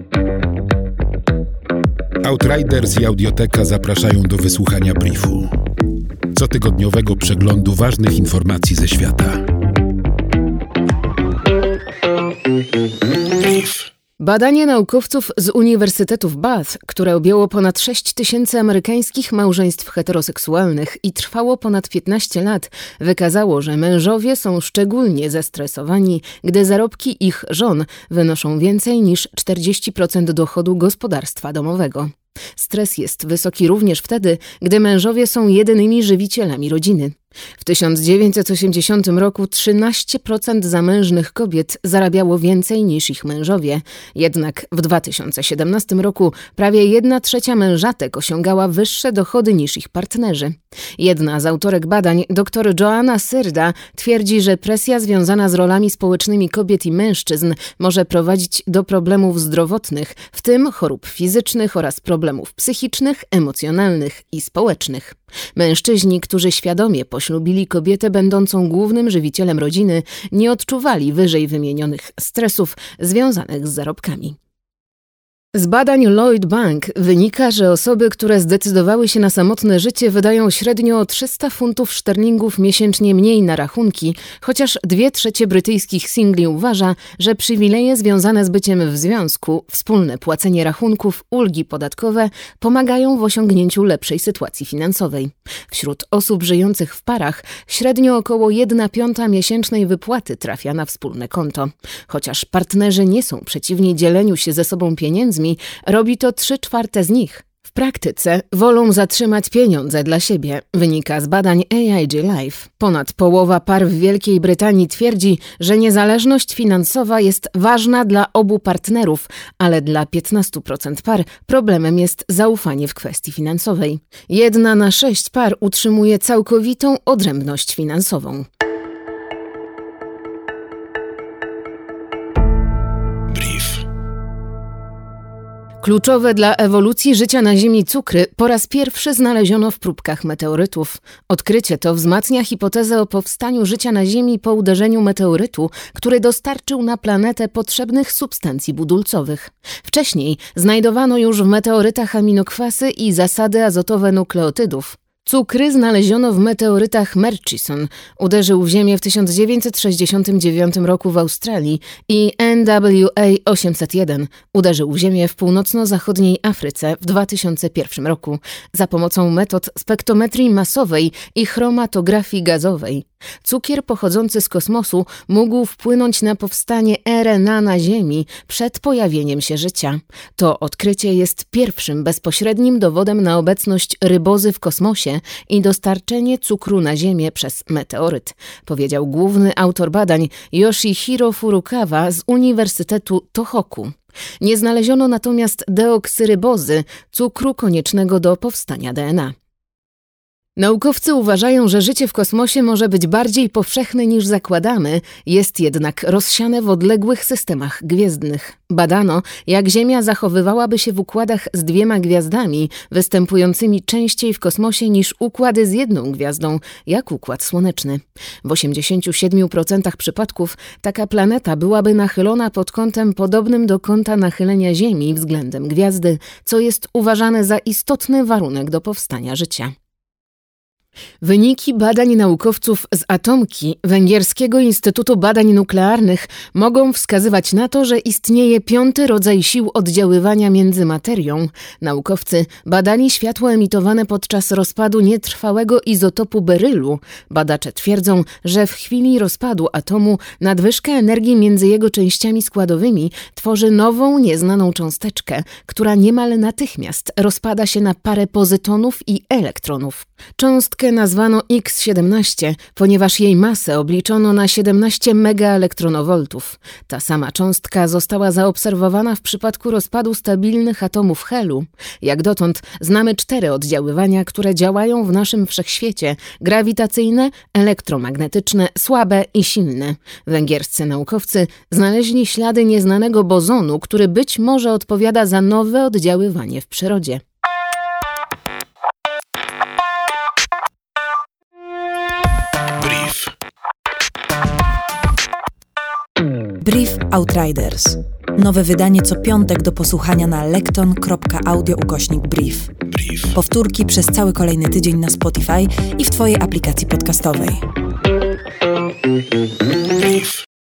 Outriders i Audioteka zapraszają do wysłuchania briefu, cotygodniowego przeglądu ważnych informacji ze świata. Brief. Badanie naukowców z Uniwersytetu w Bath, które objęło ponad 6 000 amerykańskich małżeństw heteroseksualnych i trwało ponad 15 lat, wykazało, że mężowie są szczególnie zestresowani, gdy zarobki ich żon wynoszą więcej niż 40% dochodu gospodarstwa domowego. Stres jest wysoki również wtedy, gdy mężowie są jedynymi żywicielami rodziny. W 1980 roku 13% zamężnych kobiet zarabiało więcej niż ich mężowie. Jednak w 2017 roku prawie 1/3 mężatek osiągała wyższe dochody niż ich partnerzy. Jedna z autorek badań, dr Joanna Syrda, twierdzi, że presja związana z rolami społecznymi kobiet i mężczyzn może prowadzić do problemów zdrowotnych, w tym chorób fizycznych oraz problemów psychicznych, emocjonalnych i społecznych. Mężczyźni, którzy świadomie poślubili kobietę będącą głównym żywicielem rodziny, nie odczuwali wyżej wymienionych stresów związanych z zarobkami. Z badań Lloyd Bank wynika, że osoby, które zdecydowały się na samotne życie, wydają średnio o 300 funtów szterlingów miesięcznie mniej na rachunki, chociaż 2/3 brytyjskich singli uważa, że przywileje związane z byciem w związku, wspólne płacenie rachunków, ulgi podatkowe pomagają w osiągnięciu lepszej sytuacji finansowej. Wśród osób żyjących w parach średnio około 1/5 miesięcznej wypłaty trafia na wspólne konto. Chociaż partnerzy nie są przeciwni dzieleniu się ze sobą pieniędzmi, robi to 3/4 z nich. W praktyce wolą zatrzymać pieniądze dla siebie, wynika z badań AIG Life. Ponad połowa par w Wielkiej Brytanii twierdzi, że niezależność finansowa jest ważna dla obu partnerów, ale dla 15% par problemem jest zaufanie w kwestii finansowej. 1 na 6 par utrzymuje całkowitą odrębność finansową. Kluczowe dla ewolucji życia na Ziemi cukry po raz pierwszy znaleziono w próbkach meteorytów. Odkrycie to wzmacnia hipotezę o powstaniu życia na Ziemi po uderzeniu meteorytu, który dostarczył na planetę potrzebnych substancji budulcowych. Wcześniej znajdowano już w meteorytach aminokwasy i zasady azotowe nukleotydów. Cukry znaleziono w meteorytach Murchison, uderzył w Ziemię w 1969 roku w Australii, i NWA 801 uderzył w Ziemię w północno-zachodniej Afryce w 2001 roku za pomocą metod spektrometrii masowej i chromatografii gazowej. Cukier pochodzący z kosmosu mógł wpłynąć na powstanie RNA na Ziemi przed pojawieniem się życia. To odkrycie jest pierwszym bezpośrednim dowodem na obecność rybozy w kosmosie i dostarczenie cukru na Ziemię przez meteoryt, powiedział główny autor badań Yoshihiro Furukawa z Uniwersytetu Tohoku. Nie znaleziono natomiast deoksyrybozy, cukru koniecznego do powstania DNA. Naukowcy uważają, że życie w kosmosie może być bardziej powszechne niż zakładamy, jest jednak rozsiane w odległych systemach gwiezdnych. Badano, jak Ziemia zachowywałaby się w układach z 2 gwiazdami, występującymi częściej w kosmosie niż układy z 1 gwiazdą, jak Układ Słoneczny. W 87% przypadków taka planeta byłaby nachylona pod kątem podobnym do kąta nachylenia Ziemi względem gwiazdy, co jest uważane za istotny warunek do powstania życia. Wyniki badań naukowców z Atomki, Węgierskiego Instytutu Badań Nuklearnych, mogą wskazywać na to, że istnieje 5. rodzaj sił oddziaływania między materią. Naukowcy badali światło emitowane podczas rozpadu nietrwałego izotopu berylu. Badacze twierdzą, że w chwili rozpadu atomu nadwyżka energii między jego częściami składowymi tworzy nową, nieznaną cząsteczkę, która niemal natychmiast rozpada się na parę pozytonów i elektronów. Cząstkę nazwano X-17, ponieważ jej masę obliczono na 17 megaelektronowoltów. Ta sama cząstka została zaobserwowana w przypadku rozpadu stabilnych atomów helu. Jak dotąd znamy 4 oddziaływania, które działają w naszym wszechświecie: grawitacyjne, elektromagnetyczne, słabe i silne. Węgierscy naukowcy znaleźli ślady nieznanego bozonu, który być może odpowiada za nowe oddziaływanie w przyrodzie. Brief Outriders. Nowe wydanie co piątek do posłuchania na lekton.audio/brief. Powtórki przez cały kolejny tydzień na Spotify i w Twojej aplikacji podcastowej.